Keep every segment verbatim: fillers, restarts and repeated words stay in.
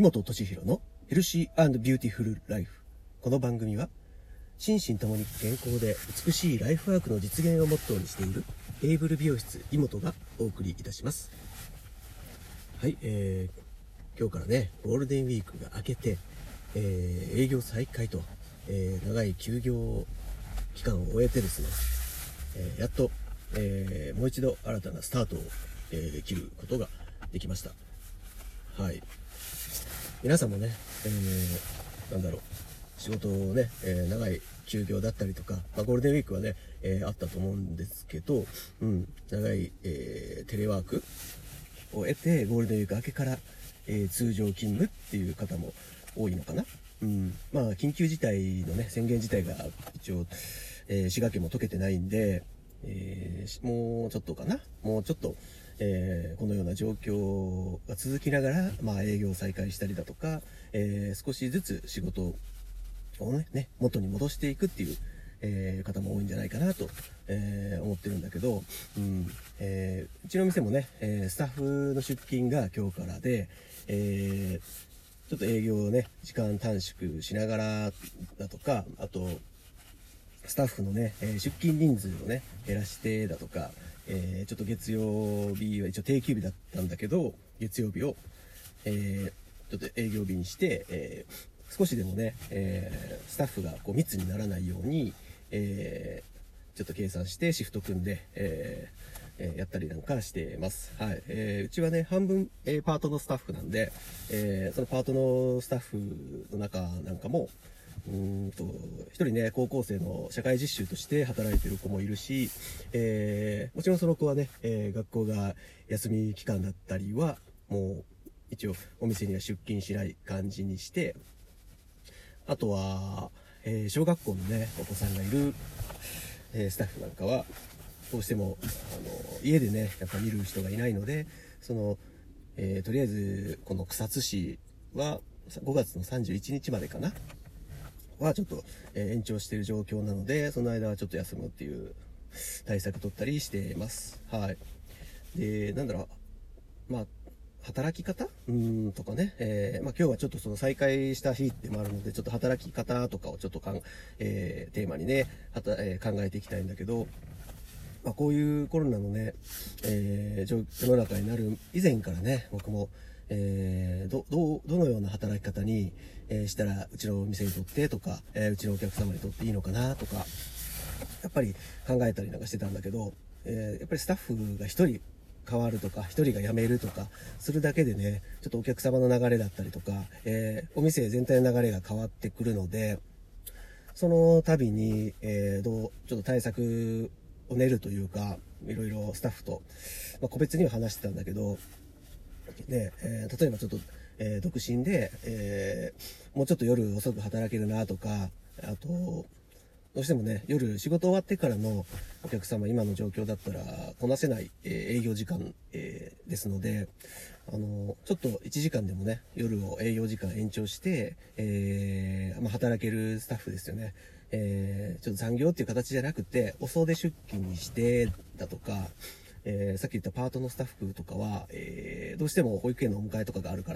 本敏弘のヘルシー&ビューティフルライフ。この番組は心身ともに健康で美しいライフワークの実現をモットーにしているエイブル美容室井本がお送りいたします。はい、えー、今日からねゴールデンウィークが明けて、えー、営業再開と、えー、長い休業期間を終えてですね、えー、やっと、えー、もう一度新たなスタートを、えー、切ることができました。はい、皆さんもね、えー、なんだろう仕事をね、えー、長い休業だったりとか、まあ、ゴールデンウィークはね、えー、あったと思うんですけど、うん、長い、えー、テレワークを得てゴールデンウィーク明けから、えー、通常勤務っていう方も多いのかな。うん、まあ緊急事態のね宣言自体が一応、えー、滋賀県も解けてないんで、えー、もうちょっとかなもうちょっと、えー、このような状況が続きながら、まあ、営業を再開したりだとか、えー、少しずつ仕事をね、ね元に戻していくっていう、えー、方も多いんじゃないかなと、えー、思ってるんだけど、うんえー、うちの店もね、えー、スタッフの出勤が今日からで、えー、ちょっと営業をね時間短縮しながらだとか、あとスタッフのね、えー、出勤人数をね減らしてだとか、えー、ちょっと月曜日は一応定休日だったんだけど月曜日を、えー、ちょっと営業日にして、えー、少しでもね、えー、スタッフがこう密にならないように、えー、ちょっと計算してシフト組んで、えーえー、やったりなんかしてます。はい、えー、うちはね半分、えー、パートのスタッフなんで、えー、そのパートのスタッフの中なんかもうーんと一人ね高校生の社会実習として働いてる子もいるし、えー、もちろんその子はね、えー、学校が休み期間だったりはもう一応お店には出勤しない感じにして、あとは、えー、小学校のねお子さんがいる、えー、スタッフなんかはどうしてもあの家でねやっぱ見る人がいないので、その、えー、とりあえずこの草津市はごがつのさんじゅういちにちまでかなはちょっと、えー、延長している状況なので、その間はちょっと休むっていう対策取ったりしてます。はい。で、なんだろう、まあ働き方うーんとかね、えーまあ、今日はちょっとその再開した日でもあるので、ちょっと働き方とかをちょっとかん、えー、テーマにねはた、えー、考えていきたいんだけど、まあ、こういうコロナのね、えー、世の中になる以前からね僕も、えー、ど, ど, どのような働き方に、えー、したらうちの店にとってとか、えー、うちのお客様にとっていいのかなとかやっぱり考えたりなんかしてたんだけど、えー、やっぱりスタッフがひとり変わるとかひとりが辞めるとかするだけでねちょっとお客様の流れだったりとか、えー、お店全体の流れが変わってくるので、その度に、えー、どうちょっと対策を練るというか、いろいろスタッフと、まあ、個別には話してたんだけど、で、えー、例えばちょっと、えー、独身で、えー、もうちょっと夜遅く働けるなとか、あとどうしてもね夜仕事終わってからのお客様今の状況だったらこなせない、えー、営業時間、えー、ですので、あのちょっといちじかんでもね夜を営業時間延長して、えーまあ、働けるスタッフですよね、えー、ちょっと残業っていう形じゃなくて遅出出勤にしてだとか、えー、さっき言ったパートのスタッフとかは、えー、どうしても保育園のお迎えとかがあるから、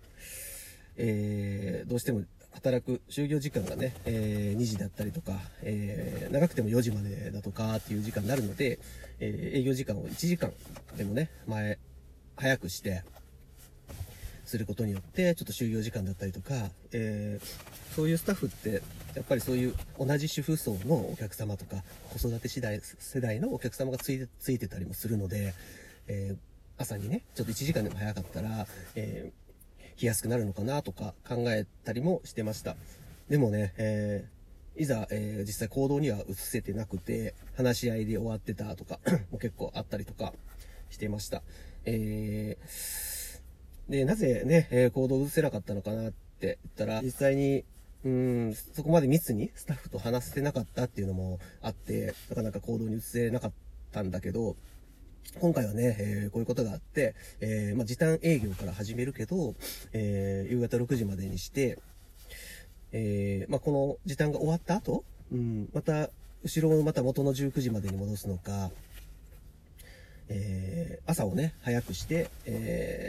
えー、どうしても働く就業時間がね、えー、にじだったりとか、えー、長くてもよじまでだとかっていう時間になるので、えー、営業時間をいちじかんでもね前早くしてすることによってちょっと就業時間だったりとか、えー、そういうスタッフってやっぱりそういう同じ主婦層のお客様とか子育て世代世代のお客様がついて、ついてたりもするので、えー、朝にねちょっといちじかんでも早かったら、えー来やすくなるのかなとか考えたりもしてました。でもね、えー、いざ、えー、実際行動には移せてなくて話し合いで終わってたとかも結構あったりとかしてました。えー、でなぜね、えー、行動を移せなかったのかなって言ったら、実際にうーんそこまで密にスタッフと話せてなかったっていうのもあってなかなか行動に移せなかったんだけど、今回はね、えー、こういうことがあって、えーまあ、時短営業から始めるけど、えー、夕方ろくじまでにして、えーまあ、この時短が終わった後、うん、また後ろをまた元のじゅうくじまでに戻すのか、えー、朝をね早くして、えー、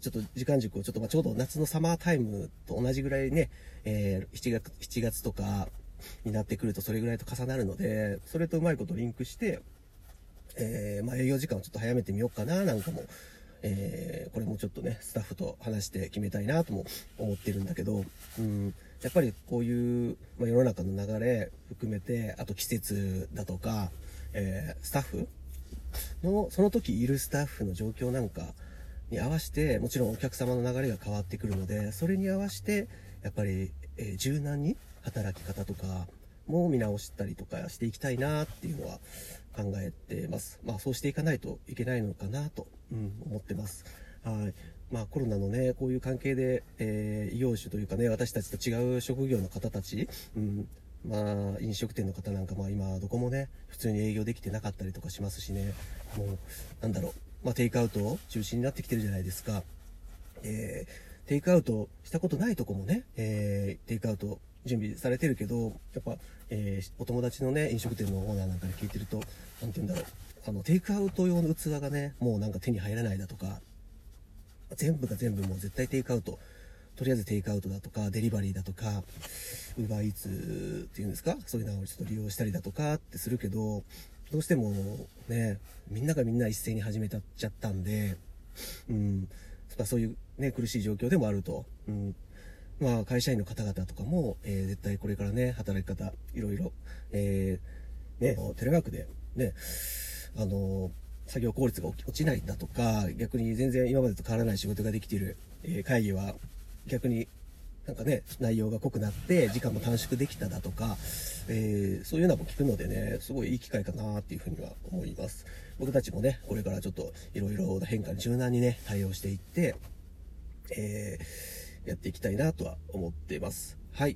ちょっと時間軸をちょっとまあちょうど夏のサマータイムと同じぐらいね、えー、しちがつ、しちがつとかになってくるとそれぐらいと重なるので、それとうまいことリンクして、えー、まあ営業時間をちょっと早めてみようかななんかも、えー、これもちょっとね、スタッフと話して決めたいなとも思ってるんだけど、うん、やっぱりこういう、まあ、世の中の流れ含めて、あと季節だとか、えー、スタッフの、その時いるスタッフの状況なんかに合わせて、もちろんお客様の流れが変わってくるので、それに合わせて、やっぱり、えー、柔軟に働き方とかも見直したりとかしていきたいなっていうのは考えてます。まあそうしていかないといけないのかなと、うん、思ってます。はい。まあコロナのね、こういう関係で、えー、異業種というかね、私たちと違う職業の方たち、うん、まあ飲食店の方なんかまあ今どこもね、普通に営業できてなかったりとかしますしね、もうなんだろう、まあテイクアウト中心になってきてるじゃないですか。えー、テイクアウトしたことないとこもね、えー、テイクアウト準備されてるけど、やっぱ、えー、お友達のね、飲食店のオーナーなんかに聞いてると、なんて言うんだろう、あの、テイクアウト用の器がね、もうなんか手に入らないだとか、全部が全部もう絶対テイクアウト、とりあえずテイクアウトだとか、デリバリーだとか、ウーバーイーツっていうんですか、そういうのをちょっと利用したりだとかってするけど、どうしてもね、みんながみんな一斉に始めちゃったんで、うん、そういうね、苦しい状況でもあると。うん、まあ、会社員の方々とかも、えー、絶対これからね、働き方、いろいろ、えー、ね、テレワークで、ね、あの、作業効率が落ちないんだとか、逆に全然今までと変わらない仕事ができている、えー、会議は、逆になんかね、内容が濃くなって、時間も短縮できただとか、えー、そういうのも聞くのでね、すごいいい機会かなっていうふうには思います。僕たちもね、これからちょっといろいろな変化に柔軟にね、対応していって、えー、やっていきたいなとは思っています。はい。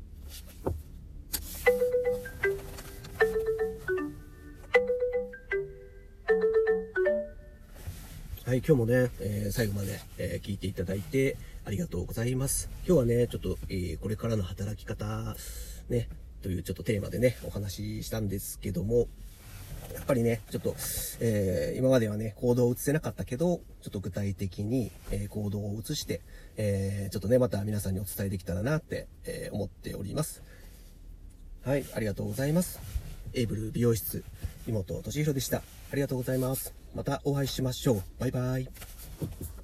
はい、今日もね、えー、最後まで、えー、聞いていただいてありがとうございます。今日はね、ちょっと、えー、これからの働き方、ね、というちょっとテーマでね、お話ししたんですけども、やっぱりね、ちょっと、えー、今まではね、行動を移せなかったけど、ちょっと具体的に、えー、行動を移して、えー、ちょっとね、また皆さんにお伝えできたらなって、えー、思っております。はい、ありがとうございます。エイブル美容室、妹俊弘でした。ありがとうございます。またお会いしましょう。バイバイ。